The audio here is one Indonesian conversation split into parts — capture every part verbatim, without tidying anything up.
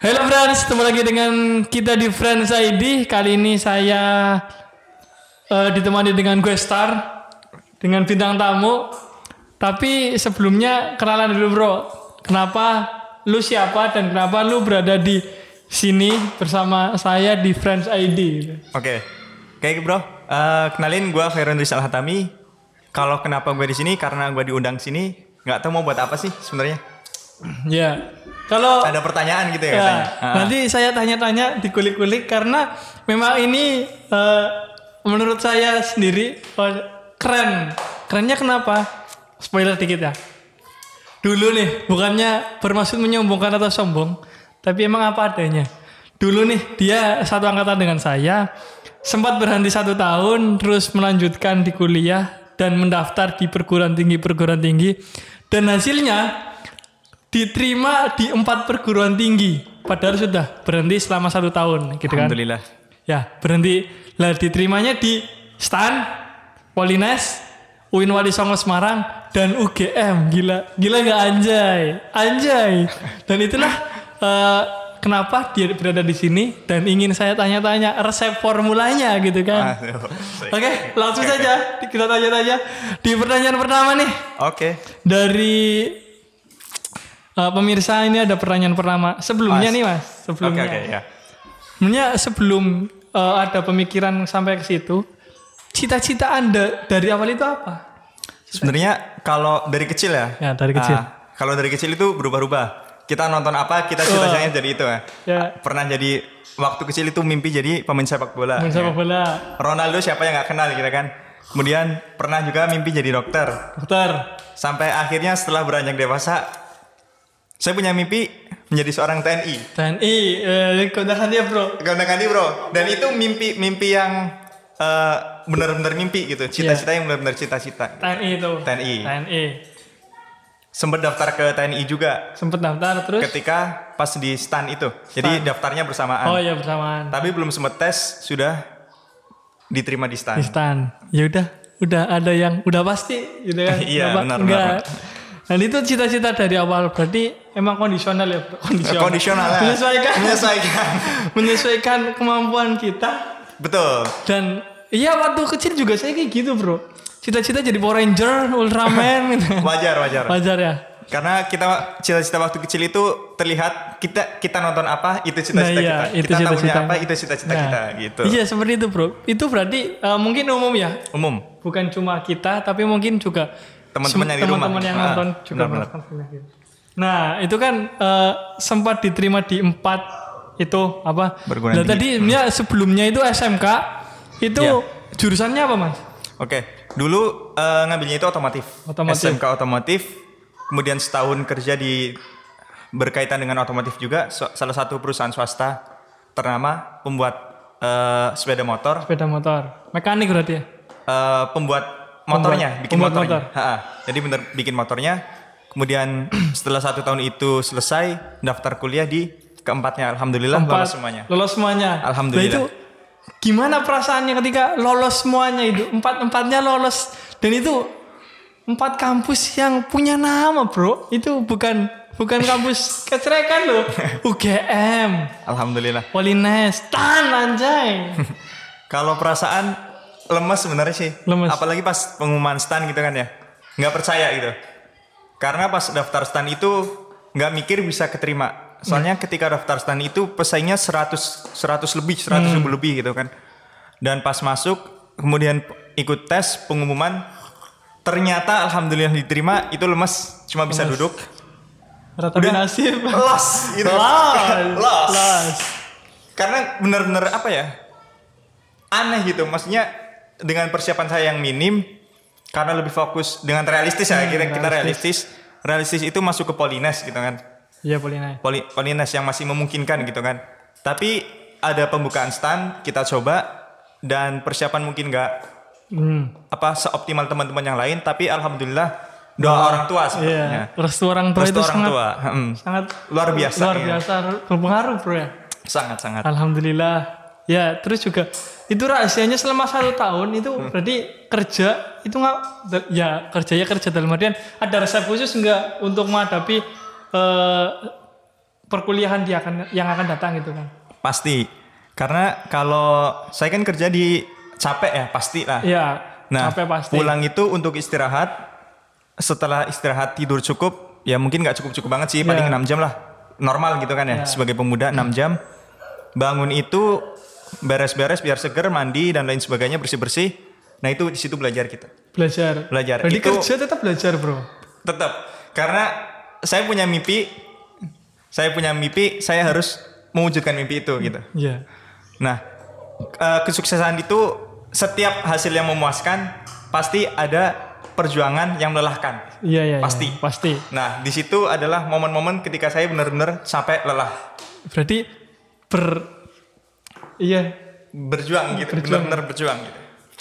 Halo friends, ketemu lagi dengan kita di Friends I D. Kali ini saya uh, ditemani dengan gue Star, dengan bintang tamu. Tapi sebelumnya kenalan dulu bro. Kenapa lu siapa dan kenapa lu berada di sini bersama saya di Friends I D? Oke, okay. Oke bro. Uh, kenalin gue Khairun Rizal Hatami. Kalau kenapa gue di sini karena gue diundang sini. Nggak tahu mau buat apa sih sebenarnya. Ya. Kalau ada pertanyaan gitu ya, ya katanya. Nanti saya tanya-tanya dikulik-kulik karena memang ini uh, menurut saya sendiri uh, keren. Kerennya kenapa? Spoiler dikit ya. Dulu nih, bukannya bermaksud menyombongkan atau sombong, tapi emang apa adanya. Dulu nih dia satu angkatan dengan saya, sempat berhenti satu tahun, terus melanjutkan di kuliah dan mendaftar di perguruan tinggi perguruan tinggi, dan hasilnya diterima di empat perguruan tinggi, padahal sudah berhenti selama satu tahun, gitu kan? Alhamdulillah. Ya berhenti, lah diterimanya di Stan, Polines, U I N Wali Songo Semarang, dan U G M. Gila, gila nggak anjay, anjay. Dan itulah uh, kenapa dia berada di sini dan ingin saya tanya-tanya resep formulanya, gitu kan? Oke, okay, langsung okay, saja okay. kita tanya-tanya di pertanyaan pertama nih. Oke. Okay. Dari Uh, pemirsa, ini ada pertanyaan pertama. Sebelumnya mas. nih mas, sebelumnya. Okay, okay, yeah. Sebenarnya sebelum uh, ada pemikiran sampai ke situ, cita-cita Anda dari awal itu apa? Sebenarnya kalau dari kecil ya. Ya dari kecil. Uh, kalau dari kecil itu berubah-ubah. Kita nonton apa, kita cita-citanya oh. jadi itu ya. ya. Pernah jadi waktu kecil itu mimpi jadi pemain sepak bola. Pemain sepak bola. Ronaldo siapa yang nggak kenal gitu kan? Kemudian pernah juga mimpi jadi dokter. Dokter. Sampai akhirnya setelah beranjak dewasa, saya punya mimpi menjadi seorang T N I. T N I, eh, kondakan dia bro. Kondakan dia bro. Dan itu mimpi-mimpi yang uh, benar-benar mimpi gitu. Cita-cita yeah. yang benar-benar cita-cita. T N I itu. T N I. T N I. Sempat daftar ke T N I juga. Sempat daftar terus? Ketika pas di stan itu. Stan. Jadi daftarnya bersamaan. Oh iya bersamaan. Tapi belum sempat tes, sudah diterima di stan. Di stan. Ya udah, udah ada yang udah pasti gitu kan. Iya benar-benar. Dan itu cita-cita dari awal, berarti emang kondisional ya, kondisional, kondisional ya. menyesuaikan, menyesuaikan, menyesuaikan kemampuan kita. Betul. Dan iya waktu kecil juga saya kayak gitu bro, cita-cita jadi Power Ranger, Ultraman. Gitu. Wajar, wajar. Wajar ya. Karena kita cita-cita waktu kecil itu terlihat kita kita nonton apa itu cita-cita nah, iya, kita, itu kita cita-cita. tahunya apa itu cita-cita nah, kita gitu. Iya seperti itu bro. Itu berarti uh, mungkin umum ya. Umum. Bukan cuma kita, tapi mungkin juga teman-teman yang di rumah, teman-teman yang nonton ah, juga melakukan penyakit. Nah itu kan uh, sempat diterima di empat itu apa? Berguna. Nah tadi ya sebelumnya itu S M K itu ya. Jurusannya apa mas? Oke, dulu uh, ngambilnya itu otomotif. Otomotif. S M K otomotif. Kemudian setahun kerja di berkaitan dengan otomotif juga, so, salah satu perusahaan swasta ternama pembuat uh, sepeda motor. Sepeda motor, mekanik berarti ya? Uh, pembuat motornya, pembuat, bikin pembuat motornya. Motor. Ha-ha. Jadi bener bikin motornya. Kemudian setelah satu tahun itu selesai, daftar kuliah di keempatnya. Alhamdulillah Keempat, lolos semuanya. Lolos semuanya. Alhamdulillah. Nah, itu gimana perasaannya ketika lolos semuanya itu? Empat-empatnya lolos. Dan itu empat kampus yang punya nama bro. Itu bukan bukan kampus kecerekan loh. U G M. Alhamdulillah. Polines. Tan anjay. Kalau perasaan lemes sebenarnya sih. Lemes. Apalagi pas pengumuman stan gitu kan ya. Nggak percaya gitu. Karena pas daftar stan itu nggak mikir bisa keterima. Soalnya hmm. ketika daftar stan itu pesaingnya seratus, seratus lebih, seratus hmm. lebih gitu kan. Dan pas masuk, kemudian ikut tes pengumuman, ternyata alhamdulillah diterima, itu lemes, cuma bisa lemes. Duduk. Rata nasib. Los gitu. Los. Los. Los. Karena benar-benar apa ya? Aneh gitu, maksudnya dengan persiapan saya yang minim, karena lebih fokus dengan realistis ya, hmm, kita, kita realistis. Realistis itu masuk ke Polines gitu kan. Iya Polines. Poli, Polines yang masih memungkinkan gitu kan. Tapi ada pembukaan stan, kita coba, dan persiapan mungkin nggak hmm. apa seoptimal teman-teman yang lain, tapi alhamdulillah doa oh, orang tua sebenarnya. Iya. Restu orang tua Restu itu orang sangat, tua. Hmm. sangat luar biasa. Luar biasa ya. Berpengaruh bro ya. Sangat sangat. Alhamdulillah. Ya terus juga itu rahasianya selama satu tahun itu hmm. berarti kerja itu nggak ya kerjanya kerja dalam artian ada resep khusus nggak untuk menghadapi uh, perkuliahan dia akan yang akan datang gitu kan. Pasti. Karena kalau saya kan kerja di capek ya, pasti lah. Iya. Nah, Capek pasti. pulang itu untuk istirahat. Setelah istirahat tidur cukup, ya mungkin nggak cukup-cukup banget sih, paling Ya. enam jam lah. Normal gitu kan ya, Ya. sebagai pemuda enam jam. Bangun itu beres-beres biar seger, mandi dan lain sebagainya, bersih-bersih. Nah, itu di situ belajar kita. Belajar. Belajar. Jadi Itu- kerja tetap belajar, Bro. Tetap. Karena saya punya mimpi, saya punya mimpi, saya harus mewujudkan mimpi itu gitu. Iya. Nah, eh, kesuksesan itu setiap hasil yang memuaskan pasti ada perjuangan yang melelahkan. Iya, iya. Pasti. Iya. Pasti. Nah, di situ adalah momen-momen ketika saya benar-benar sampai lelah, Berarti ber iya, berjuang gitu, Berjuang. benar-benar berjuang gitu.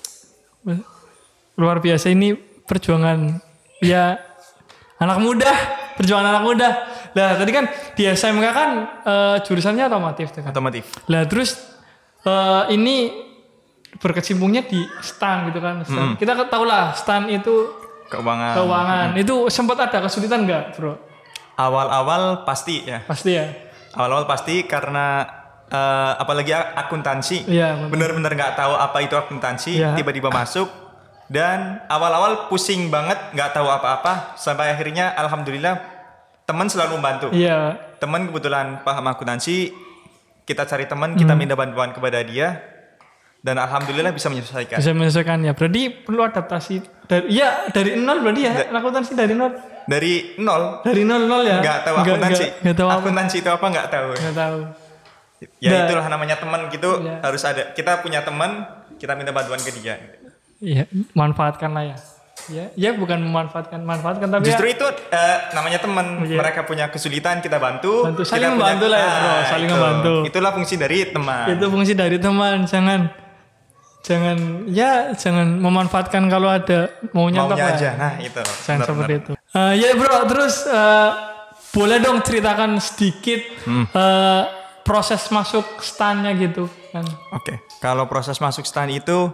luar biasa ini perjuangan ya anak muda, perjuangan anak muda. Lah, tadi kan di S M K kan eh, jurusannya otomotif tuh kan. Otomotif. Lah terus eh, ini berkecimpungnya di stan gitu kan. Stan. Kita tahu lah stan itu Keuangan. keuangan. Itu sempat ada kesulitan nggak, Bro? Awal-awal pasti ya. Pasti ya. Awal-awal pasti karena eh, apalagi ak- akuntansi. Iya, betul. Benar-benar nggak tahu apa itu akuntansi, Iya. tiba-tiba masuk dan awal-awal pusing banget, nggak tahu apa-apa sampai akhirnya alhamdulillah teman selalu membantu. Iya. Teman kebetulan paham akuntansi, kita cari teman, kita minta bantuan kepada dia dan alhamdulillah bisa menyelesaikan. Bisa menyelesaikan ya. Berarti perlu adaptasi dari ya dari nol berarti ya. Akuntansi dari nol. Dari nol, Dari nol nol ya. nggak tahu akuntansi. Nggak, nggak tahu apa. Akuntansi itu apa nggak tahu. Nggak tahu. Ya Nggak. itulah namanya teman gitu, Iya. harus ada. Kita punya teman, kita minta bantuan ke dia. Iya, manfaatkan lah ya. Ya, ya bukan memanfaatkan, manfaatkan tapi Justru ya, itu eh, namanya teman. Iya. Mereka punya kesulitan, kita bantu. Bantu, Kita saling membantu lah ya, bro. Saling itu. membantu. Itulah fungsi dari teman. itu fungsi dari teman. Jangan jangan ya jangan memanfaatkan kalau ada maunya, Maunya apa aja. ya. Nah, itu. Jangan Benar-benar. seperti itu. Eh, ya bro, terus eh, boleh dong ceritakan sedikit Hmm. eh, proses masuk stannya gitu kan? Oke, kalau proses masuk stan itu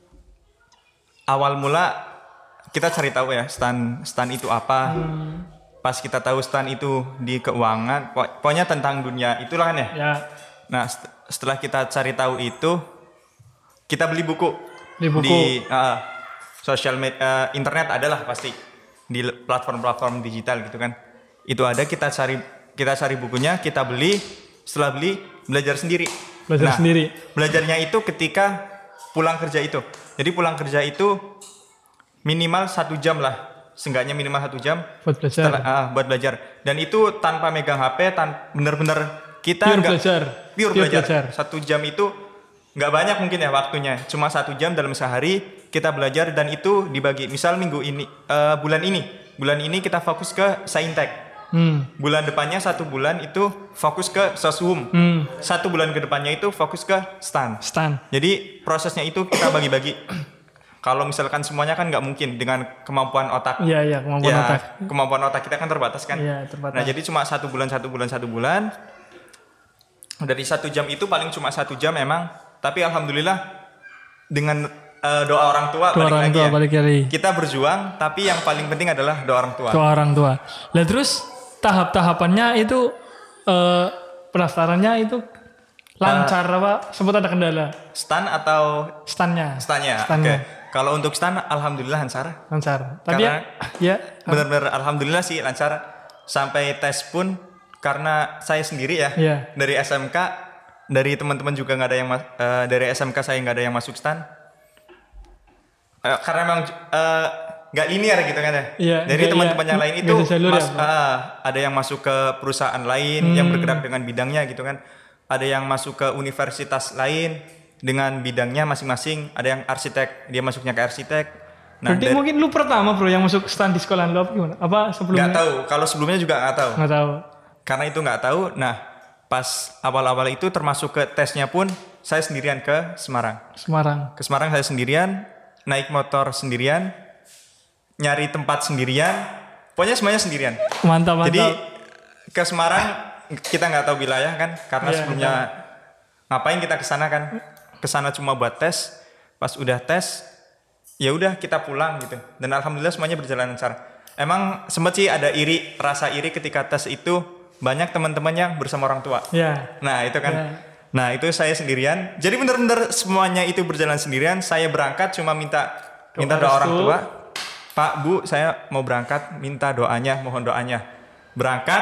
awal mula kita cari tahu ya stan stan itu apa. Hmm. Pas kita tahu stan itu di keuangan, pok- pokoknya tentang dunia itulah kan ya. Ya, Nah, set- setelah kita cari tahu itu, kita beli buku Beli buku. di uh, sosial media, internet adalah pasti di le- platform-platform digital gitu kan. Itu ada, kita cari kita cari bukunya, kita beli. Setelah beli, belajar sendiri. Belajar Nah, sendiri. Belajarnya itu ketika pulang kerja itu. Jadi pulang kerja itu minimal satu jam lah, seenggaknya minimal satu jam buat belajar. setelah, ah, buat belajar. Dan itu tanpa megang H P, tan bener-bener kita Pure nggak belajar. pure, Pure belajar. belajar. Satu jam itu nggak banyak mungkin ya waktunya, cuma satu jam dalam sehari kita belajar dan itu dibagi. Misal minggu ini, eh, bulan ini, bulan ini kita fokus ke Saintek. Hmm. Bulan depannya satu bulan itu fokus ke Soshum. Hmm. Satu bulan ke depannya itu fokus ke Stan. Stan. Jadi prosesnya itu kita bagi-bagi. Kalau misalkan semuanya kan nggak mungkin dengan kemampuan otak. Iya, iya, kemampuan Ya, otak. kemampuan otak kita kan terbatas kan. Iya, terbatas. Nah jadi cuma satu bulan, satu bulan, satu bulan. Dari satu jam itu paling cuma satu jam emang. Tapi alhamdulillah dengan eh, doa orang tua, Doa balik orang lagi tua, ya. balik lagi. Kita berjuang, tapi yang paling penting adalah doa orang tua. Doa orang tua. Lah terus tahap-tahapannya itu eh, pendaftarannya itu lancar apa? Sempat ada kendala? Stan atau Stannya. stannya? Stannya. Oke. Kalau untuk stan, alhamdulillah lancar. Lancar. Tapi Karena- ya, ya Benar-benar alhamdulillah sih lancar. Sampai tes pun karena saya sendiri ya, Iya. dari S M K, dari teman-teman juga nggak ada yang mas- eh, dari S M K saya nggak ada yang masuk stan. Eh, karena memang eh, nggak linear gitu kan ya. Iya, Dari nggak- teman-teman iya, yang lain nggak itu ada jalur ya, mas- Pak? ah, ada yang masuk ke perusahaan lain yang bergerak dengan bidangnya gitu kan. Ada yang masuk ke universitas lain dengan bidangnya masing-masing. Ada yang arsitek, dia masuknya ke arsitek. Nah, berarti dari- mungkin lu pertama bro yang masuk stan di sekolah lu apa gimana? Apa sebelumnya? nggak tahu. Kalau sebelumnya juga nggak tahu. Nggak tahu. Karena itu nggak tahu. Nah, pas awal-awal itu termasuk ke tesnya pun saya sendirian ke Semarang. Semarang. Ke Semarang saya sendirian, naik motor sendirian, nyari tempat sendirian. Pokoknya semuanya sendirian. Mantap, mantap. Jadi ke Semarang kita nggak tahu wilayah kan, karena Iya, sebelumnya ngapain kita ke sana kan? Ke sana cuma buat tes. Pas udah tes, ya udah kita pulang gitu. Dan alhamdulillah semuanya berjalan lancar. Emang sempat sih ada iri, rasa iri ketika tes itu banyak teman-teman yang bersama orang tua. Ya. Nah itu kan. Ya. Nah itu saya sendirian. Jadi benar-benar semuanya itu berjalan sendirian. Saya berangkat cuma minta Doa minta doa orang restu. tua. Pak, Bu, saya mau berangkat, minta doanya, mohon doanya. Berangkat,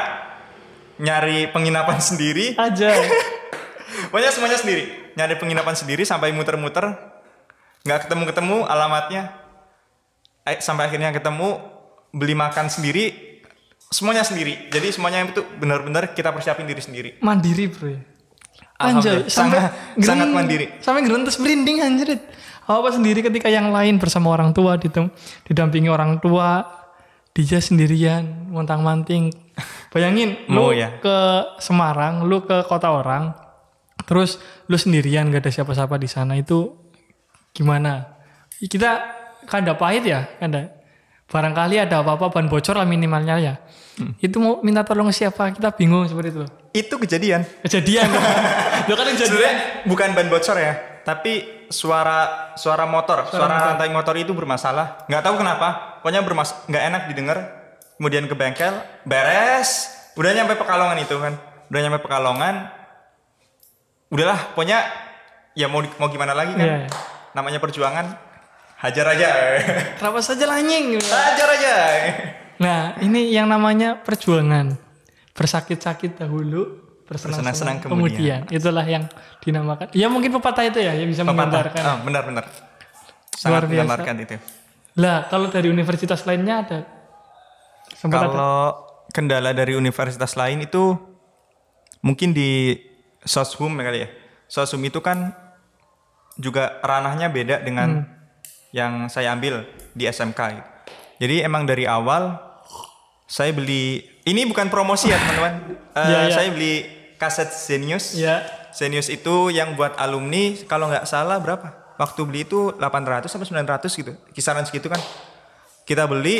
nyari penginapan sendiri. Aja. Pokoknya semuanya sendiri. Nyari penginapan sendiri sampai muter-muter. Nggak ketemu-ketemu alamatnya. Eh, sampai akhirnya ketemu, beli makan sendiri. Semuanya sendiri. Jadi semuanya itu benar-benar kita persiapin diri sendiri. Mandiri bro ya. Alhamdulillah, Anjay, sampai sangat, sangat mandiri. Sampai geruntus merinding anjir. Apa sendiri ketika yang lain bersama orang tua, ditem- didampingi orang tua, dia sendirian, montang-manting. Bayangin, Mau lu ya? ke Semarang, lu ke kota orang, terus lu sendirian gak ada siapa-siapa di sana, itu gimana? Kita kada pahit ya, kada. Barangkali ada apa-apa ban bocor lah minimalnya ya. Hmm. Itu mau minta tolong ke siapa? Kita bingung seperti itu. Itu kejadian. Kejadian. Lo kan kejadian. Sebenarnya bukan ban bocor ya, tapi suara suara motor, suara, suara rantai motor itu bermasalah. Nggak tahu kenapa, pokoknya bermas nggak enak didengar. Kemudian ke bengkel, beres, udah nyampe Pekalongan itu kan, udah nyampe Pekalongan. Udahlah, pokoknya ya mau mau gimana lagi kan? Yeah, yeah. Namanya perjuangan, hajar aja. Kenapa saja lanying? Hajar aja. Nah, ini yang namanya perjuangan. Bersakit-sakit dahulu, bersenang-senang kemudian. kemudian. Itulah yang dinamakan. Ya mungkin pepatah itu ya yang bisa menggambarkan. Oh, benar-benar. Sangat menggambarkan itu. Lah, kalau dari universitas lainnya ada? Sempat kalau ada? Kendala dari universitas lain itu mungkin di Soshum kali ya. Soshum itu kan juga ranahnya beda dengan hmm. yang saya ambil di S M K gitu. Jadi emang dari awal saya beli, ini bukan promosi ya teman-teman. uh, ya, ya. Saya beli kaset Zenius. Ya. Zenius itu yang buat alumni, kalau nggak salah berapa? Waktu beli itu delapan ratus sampai sembilan ratus gitu. Kisaran segitu kan. Kita beli.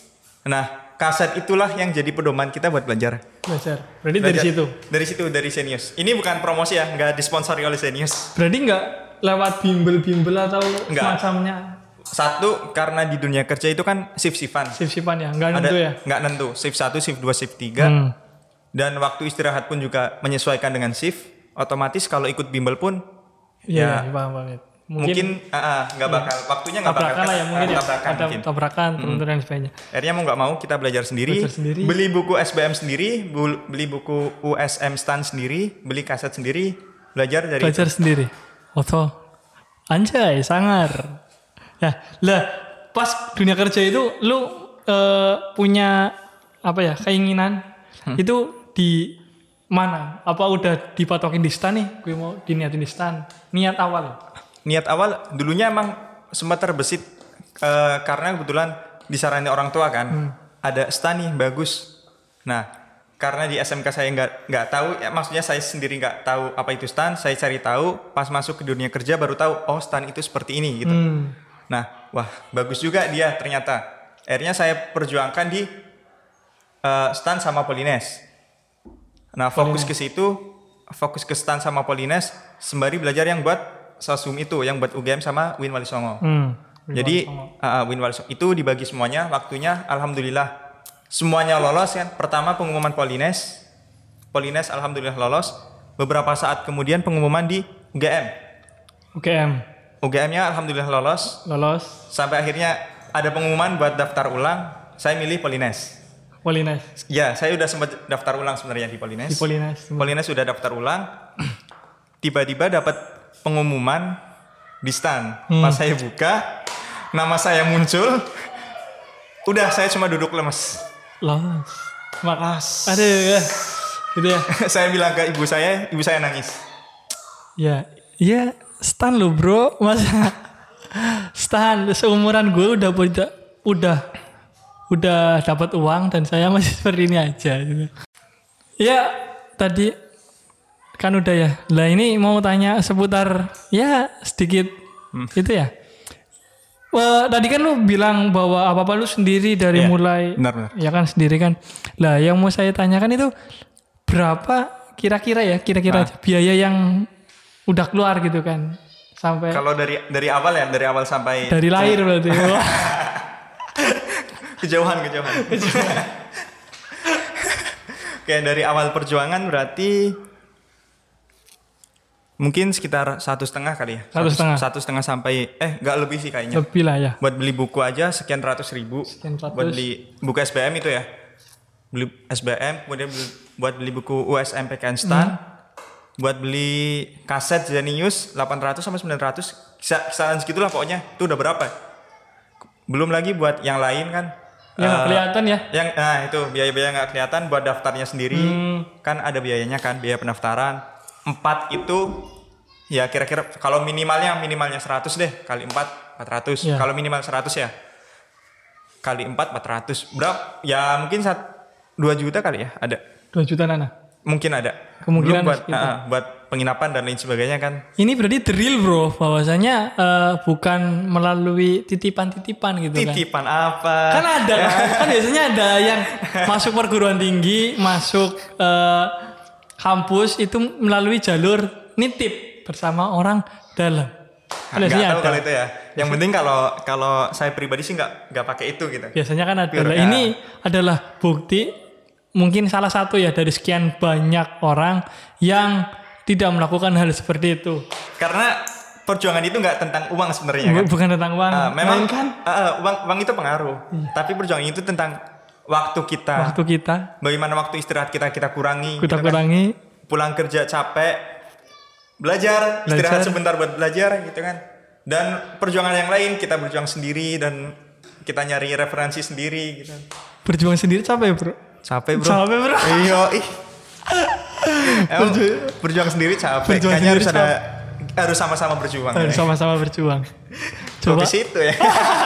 Nah, kaset itulah yang jadi pedoman kita buat belajar. Belajar. Berarti belajar. dari situ. Dari situ, dari Zenius. Ini bukan promosi ya, nggak disponsori oleh Zenius. Berarti nggak lewat bimbel-bimbel atau Enggak. semacamnya? Satu, karena di dunia kerja itu kan shift-shiftan. Shift-shiftan ya, nggak nentu ya? Nggak nentu, shift satu, shift dua, shift tiga. Hmm. Dan waktu istirahat pun juga menyesuaikan dengan shift. Otomatis kalau ikut bimbel pun, ya, ya paham banget. Mungkin, mungkin uh, nggak bakal, ya. waktunya nggak bakal. Tabrakan lah ya mungkin uh, ya, tabrakan ada mungkin. tabrakan, turun hmm. dan sebagainya. Akhirnya mau nggak mau kita belajar sendiri, belajar sendiri, beli buku S B M sendiri, beli buku U S M STAN sendiri, beli kaset sendiri, belajar dari Belajar itu. sendiri. Oto. Anjay, sangar. Ya, lah pas dunia kerja itu lu uh, punya apa ya keinginan hmm. itu di mana? Apa udah dipatokin di stan nih? Gue mau diniatin di stan. Niat awal. Niat awal dulunya emang sempat terbesit uh, karena kebetulan disarani orang tua kan hmm. ada stan nih bagus. Nah karena di S M K saya nggak nggak tahu, ya, maksudnya saya sendiri nggak tahu apa itu stan. Saya cari tahu pas masuk ke dunia kerja baru tahu oh stan itu seperti ini gitu. Hmm. Nah, wah bagus juga dia ternyata. Akhirnya saya perjuangkan di uh, stan sama Polines. Nah fokus Polines. ke situ, fokus ke stan sama Polines, sembari belajar yang buat Soshum itu, yang buat U G M sama Win Wali Songo. Hmm, Jadi uh, Win Wali Songo itu dibagi semuanya, waktunya alhamdulillah semuanya lolos kan. Pertama pengumuman Polines, Polines alhamdulillah lolos. Beberapa saat kemudian pengumuman di U G M. U G M. U G M-nya alhamdulillah lolos. Lolos. Sampai akhirnya ada pengumuman buat daftar ulang. Saya milih Polines. Polines. Ya, saya udah sempat daftar ulang sebenarnya di Polines. Di Polines. Polines sudah daftar ulang. Tiba-tiba dapat pengumuman di stan. Hmm. Pas saya buka, nama saya muncul. Udah, saya cuma duduk lemes. Lolos. Makas. Aduh ya. Gitu ya. Saya bilang ke ibu saya, ibu saya nangis. Ya, iya. Stan lo bro, masa Stan seumuran gue udah udah udah udah dapat uang dan saya masih seperti ini aja gitu. Ya tadi kan udah ya. Lah ini mau tanya seputar ya sedikit hmm. itu ya. Well, tadi kan lu bilang bahwa apa apa lu sendiri dari yeah, mulai benar, benar. Ya kan sendiri kan. Lah yang mau saya tanyakan itu berapa kira-kira ya kira-kira nah. biaya yang udah keluar gitu kan sampai kalau dari dari awal ya dari awal sampai dari lahir berarti kejauhan kejauhan oke Oke, dari awal perjuangan berarti mungkin sekitar satu setengah kali ya. Satu setengah. Satu setengah sampai eh nggak lebih sih kayaknya. Lebih lah ya. Buat beli buku aja sekian ratus ribu. Sekian ratus. Buat beli buku S B M itu ya. Beli S B M, kemudian beli, buat beli buku U S M P K instan. Hmm. Buat beli kaset Zenius delapan ratus sampai sembilan ratus. Kisaran segitulah pokoknya. Itu udah berapa? Belum lagi buat yang lain kan. Yang nggak uh, kelihatan ya? Yang nah itu biaya-biaya nggak kelihatan buat daftarnya sendiri hmm. kan ada biayanya kan, biaya pendaftaran. Empat itu ya kira-kira kalau minimalnya minimalnya seratus deh kali empat empat ratus. Yeah. Kalau minimal seratus ya kali empat empat ratus. Berapa? Ya mungkin satu dua juta kali ya ada. dua juta Nana. Mungkin ada. Kemungkinan buat uh, buat penginapan dan lain sebagainya kan. Ini berarti drill bro, bahwasanya uh, bukan melalui titipan-titipan gitu kan. Titipan apa? Kan ada kan, kan biasanya ada yang masuk perguruan tinggi, masuk uh, kampus itu melalui jalur nitip bersama orang dalam. Kan nggak tahu kalau itu ya. Yang penting kalau kalau saya pribadi sih nggak nggak pakai itu gitu. Biasanya kan ada. Nah, ini adalah bukti. Mungkin salah satu ya dari sekian banyak orang yang tidak melakukan hal seperti itu. Karena perjuangan itu nggak tentang uang sebenarnya kan. Bukan tentang uang. Uh, memang kan uh, uang uang itu pengaruh. Hmm. Tapi perjuangan itu tentang waktu kita. Waktu kita. Bagaimana waktu istirahat kita kita kurangi. Kita gitu kurangi. Kan. Pulang kerja capek, belajar, belajar, istirahat sebentar buat belajar gitu kan. Dan perjuangan yang lain kita berjuang sendiri dan kita nyari referensi sendiri gitu. Berjuang sendiri capek bro. Capek bro. Capek bro. Iya. Emang berjuang sendiri capek. Berjuang Kayaknya sendiri harus ada capek. harus sama-sama berjuang. Harus ya. Sama-sama berjuang. Coba di situ ya.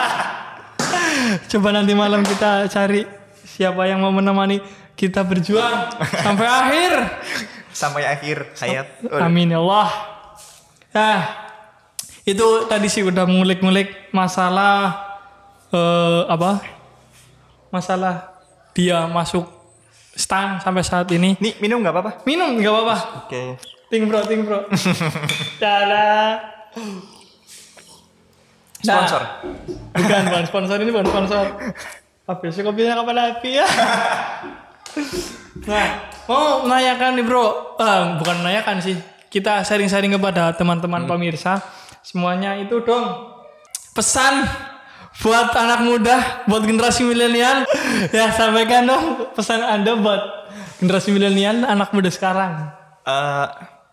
Coba nanti malam kita cari siapa yang mau menemani kita berjuang sampai akhir. Sampai akhir hayat. Amin ya Allah. Nah, itu tadi sih udah ngulik-ngulik masalah uh, apa? Masalah dia masuk stan sampai saat ini. Nih minum nggak apa-apa? Minum nggak apa-apa. Oke. Okay. Ting bro, ting bro. Dadah. Sponsor. Nah, bukan, bukan sponsor ini bukan sponsor. Habis kopinya kapan api ya? Nah, mau menanyakan nih bro, eh, bukan menanyakan sih. Kita sharing-sharing kepada teman-teman hmm. pemirsa semuanya itu dong. Pesan buat anak muda, buat generasi milenial, ya sampaikan dong pesan Anda buat generasi milenial, anak muda sekarang. Uh,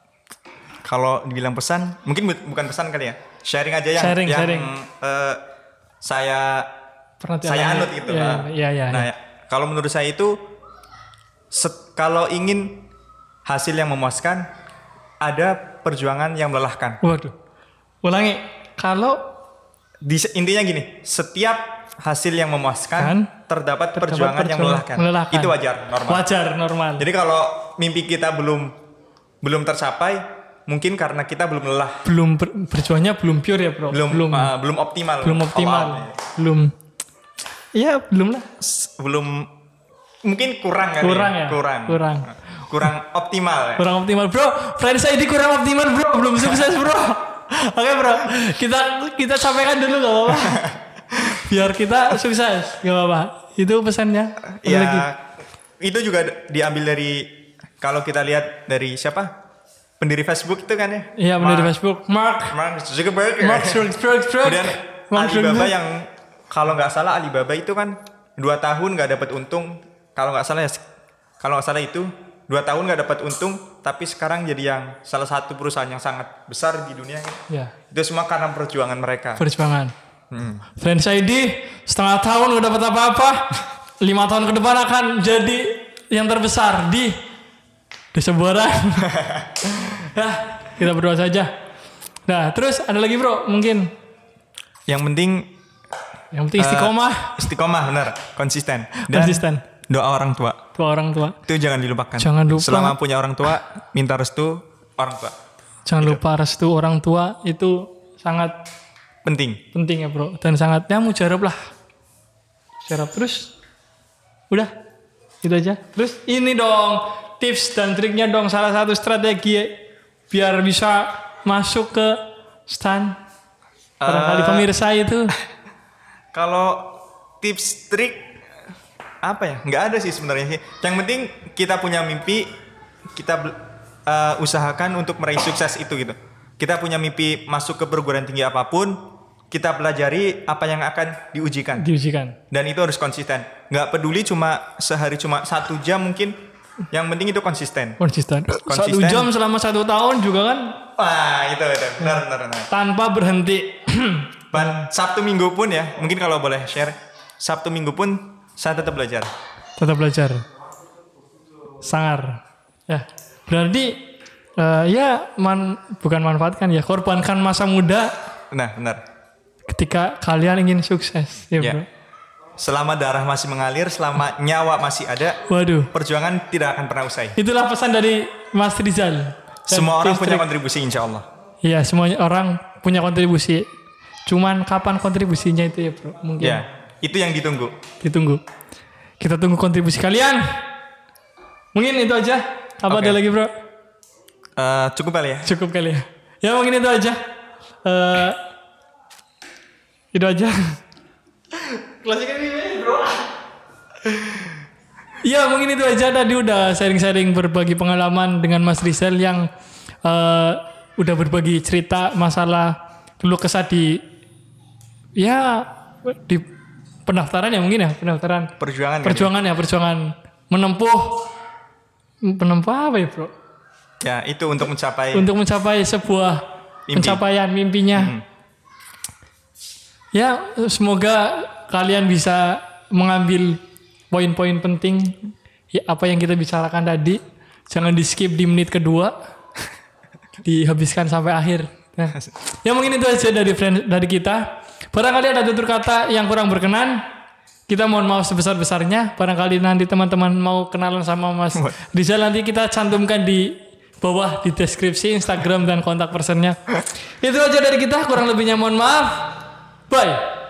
kalau dibilang pesan, mungkin bukan pesan kali ya, sharing aja yang sharing, yang sharing. Uh, saya Pernah saya anut gitu. Ya, nah, ya, ya, nah ya. Kalau menurut saya itu, set, kalau ingin hasil yang memuaskan, ada perjuangan yang melelahkan. Waduh, ulangi. Kalau Di, intinya gini, setiap hasil yang memuaskan kan, terdapat, terdapat perjuangan, perjuangan yang melelahkan. melelahkan. Itu wajar, normal. Wajar, normal. Jadi kalau mimpi kita belum belum tercapai, mungkin karena kita belum lelah. Belum ber, berjuangnya belum pure ya bro. Belum belum, uh, belum optimal. Belum optimal. Oh, belum. Iya belum lah. Belum mungkin kurang kali. Kurang ya. Kurang. Kurang. Kurang optimal. Ya? Kurang optimal bro. Friends I D kurang optimal bro. Belum sukses bro. Oke okay, bro, kita kita sampaikan dulu gak apa-apa. Biar kita sukses, gak apa-apa. Itu pesannya. Ya, lagi? Itu juga diambil dari kalau kita lihat dari siapa? Pendiri Facebook itu kan ya? Iya, pendiri Mark, Facebook. Mark. Mark Zuckerberg. Mark Zuckerberg. Kemudian Mark Alibaba yang kalau nggak salah Alibaba itu kan dua tahun nggak dapat untung. Kalau nggak salah ya, kalau nggak salah itu dua tahun nggak dapat untung, tapi sekarang jadi yang salah satu perusahaan yang sangat besar di dunia. Ya. Itu semua karena perjuangan mereka. Perjuangan. Hmm. Friends I D setengah tahun nggak dapat apa-apa, lima tahun ke depan akan jadi yang terbesar di Desa Buaran. Nah, kita berdoa saja. Nah, terus ada lagi bro, mungkin. Yang penting. Yang penting istiqomah. Uh, istiqomah benar, konsisten. Dan konsisten. Doa orang tua. Doa orang tua. Itu jangan dilupakan. Jangan lupa. Selama punya orang tua, minta restu orang tua. Jangan gitu. lupa restu orang tua itu sangat penting. Penting ya bro. Dan sangat ya mujarab lah. Mujarab terus. Udah. Gitu aja. Terus ini dong tips dan triknya dong, salah satu strategi biar bisa masuk ke stan. Barangkali uh, pemirsa itu. Kalau tips trik apa ya? Nggak ada sih sebenarnya sih. Yang penting kita punya mimpi, kita uh, usahakan untuk meraih sukses itu gitu. Kita punya mimpi masuk ke perguruan tinggi apapun, kita pelajari apa yang akan diujikan. Diujikan. Dan itu harus konsisten. Nggak peduli cuma sehari cuma satu jam mungkin. Yang penting itu konsisten. Konsisten. Konsisten. Satu jam selama satu tahun juga kan. Wah itu itu benar benar. benar. Tanpa berhenti. Ban Sabtu Minggu pun ya, mungkin kalau boleh share, Sabtu Minggu pun saya tetap belajar. Tetap belajar. Sangar. Ya. Berarti uh, ya man, bukan manfaatkan ya, korbankan masa muda. Nah benar. Ketika kalian ingin sukses, ya, Ya. bro. Selama darah masih mengalir, selama nyawa masih ada, Waduh. perjuangan tidak akan pernah usai. Itulah pesan dari Mas Rizal. Dan Semua orang Tips punya Trik. kontribusi insya Allah. Iya, semuanya orang punya kontribusi. Cuman kapan kontribusinya itu ya, bro? Mungkin Ya, itu yang ditunggu. ditunggu. Kita tunggu kontribusi kalian. Mungkin itu aja. Apa Oke. ada lagi, bro? Eh, cukup kali ya. Cukup kali ya. Ya mungkin itu aja. Eh itu aja. Klasik ini, bro. Ya mungkin itu aja, tadi udah sharing-sharing berbagi pengalaman dengan Mas Rizal yang uh, udah berbagi cerita masalah dulu kesah di ya di pendaftaran ya mungkin ya pendaftaran Perjuangan. kan perjuangan ya perjuangan menempuh menempuh apa ya, bro? Ya, itu untuk mencapai. Untuk mencapai sebuah Mimpi. pencapaian mimpinya. Mhm. Ya semoga kalian bisa mengambil poin-poin penting ya, apa yang kita bicarakan tadi. Jangan di skip di menit kedua, dihabiskan sampai akhir. Nah, ya mungkin itu aja dari friend, dari kita. Barangkali ada tutur kata yang kurang berkenan, kita mohon maaf sebesar-besarnya. Barangkali nanti teman-teman mau kenalan sama Mas Rizal, nanti kita cantumkan di bawah di deskripsi Instagram dan kontak personnya. Itu aja dari kita, kurang lebihnya mohon maaf. Bye.